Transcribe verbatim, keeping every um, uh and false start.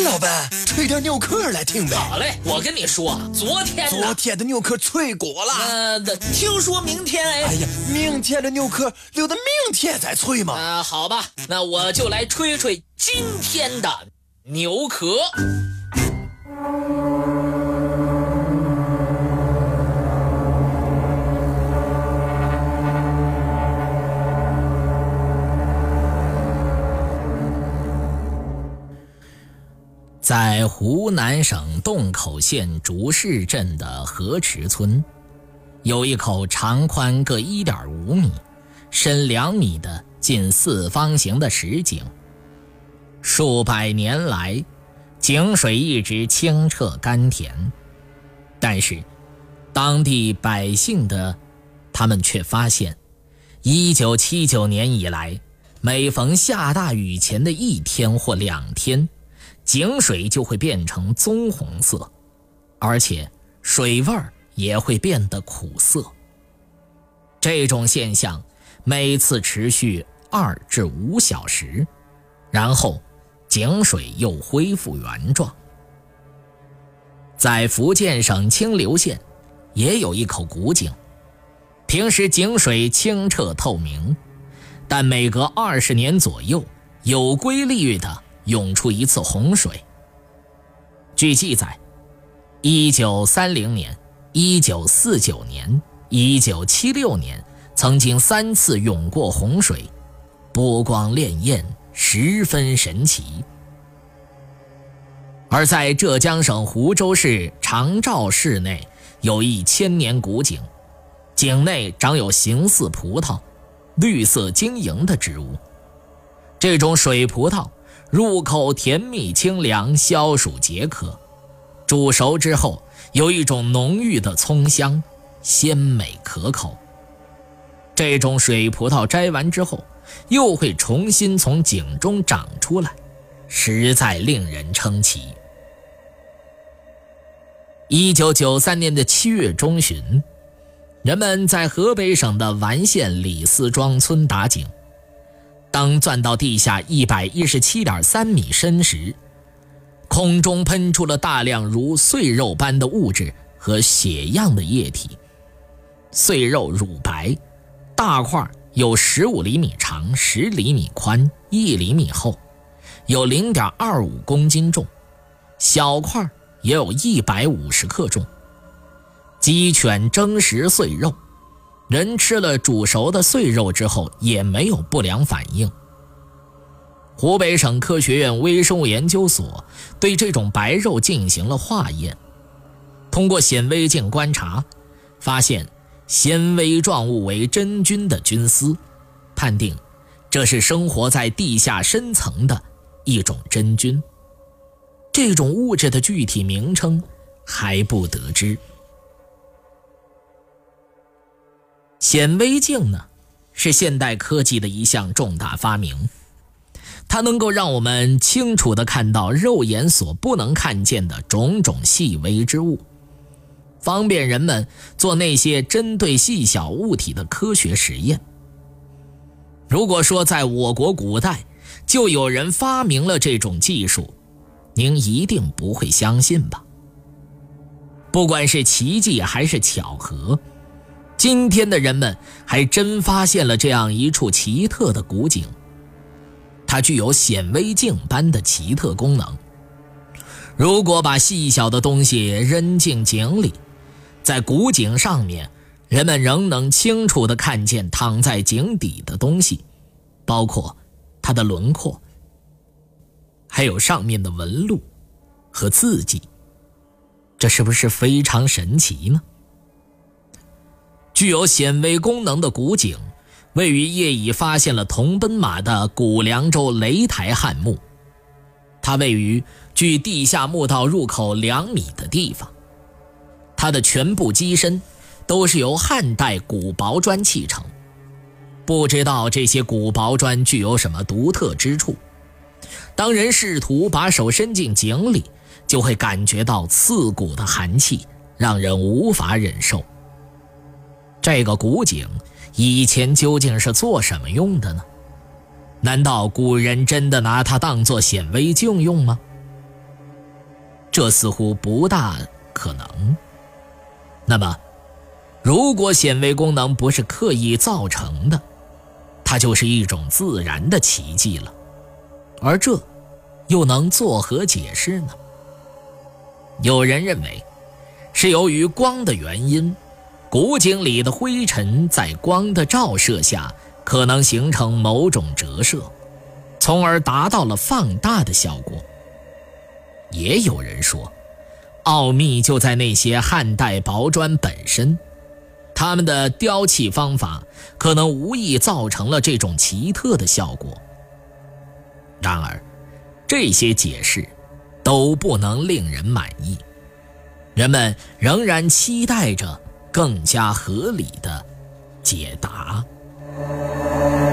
老板，吹点牛壳来听呗。 好嘞，我跟你说，昨天昨天的牛壳脆果了。 呃，听说明天哎。 哎呀，明天的牛壳留到明天再吹嘛。 啊、呃，好吧，那我就来吹吹今天的牛壳。在湖南省洞口县竹市镇的河池村，有一口长宽各 一点五 米、深两米的近四方形的石井。数百年来，井水一直清澈甘甜，但是当地百姓的他们却发现，一九七九年以来，每逢下大雨前的一天或两天，井水就会变成棕红色，而且水味也会变得苦涩。这种现象每次持续二至五小时，然后井水又恢复原状。在福建省清流县也有一口古井，平时井水清澈透明，但每隔二十年左右有规律的涌出一次洪水。据记载，一九三零年、一九四九年、一九七六年曾经三次涌过洪水，波光潋滟，十分神奇。而在浙江省湖州市长照市内有一千年古井，井内长有形似葡萄、绿色晶莹的植物。这种水葡萄入口甜蜜清凉，消暑解渴，煮熟之后有一种浓郁的葱香，鲜美可口。这种水葡萄摘完之后又会重新从井中长出来，实在令人称奇。一九九三年的七月中旬，人们在河北省的完县李四庄村打井，当钻到地下 一百一十七点三 米深时，空中喷出了大量如碎肉般的物质和血样的液体。碎肉乳白，大块有十五厘米长、十厘米宽、一厘米厚，有 零点二五公斤重，小块也有一百五十克重。鸡犬争食碎肉，人吃了煮熟的碎肉之后也没有不良反应。湖北省科学院微生物研究所对这种白肉进行了化验，通过显微镜观察，发现纤维状物为真菌的菌丝，判定这是生活在地下深层的一种真菌。这种物质的具体名称还不得知。显微镜呢，是现代科技的一项重大发明，它能够让我们清楚地看到肉眼所不能看见的种种细微之物，方便人们做那些针对细小物体的科学实验。如果说在我国古代就有人发明了这种技术，您一定不会相信吧？不管是奇迹还是巧合，今天的人们还真发现了这样一处奇特的古井，它具有显微镜般的奇特功能。如果把细小的东西扔进井里，在古井上面，人们仍能清楚地看见躺在井底的东西，包括它的轮廓，还有上面的纹路和字迹。这是不是非常神奇呢？具有显微功能的古井位于业已发现了铜奔马的古凉州擂台汉墓，它位于距地下墓道入口两米的地方。它的全部机身都是由汉代古薄砖砌成，不知道这些古薄砖具有什么独特之处，当人试图把手伸进井里，就会感觉到刺骨的寒气，让人无法忍受。这个古井以前究竟是做什么用的呢？难道古人真的拿它当作显微镜用吗？ 这似乎不大可能。那么，如果显微功能不是刻意造成的，它就是一种自然的奇迹了。而这又能作何解释呢？有人认为，是由于光的原因，古井里的灰尘在光的照射下可能形成某种折射，从而达到了放大的效果。也有人说，奥秘就在那些汉代薄砖本身，他们的雕砌方法可能无意造成了这种奇特的效果。然而，这些解释都不能令人满意，人们仍然期待着更加合理的解答。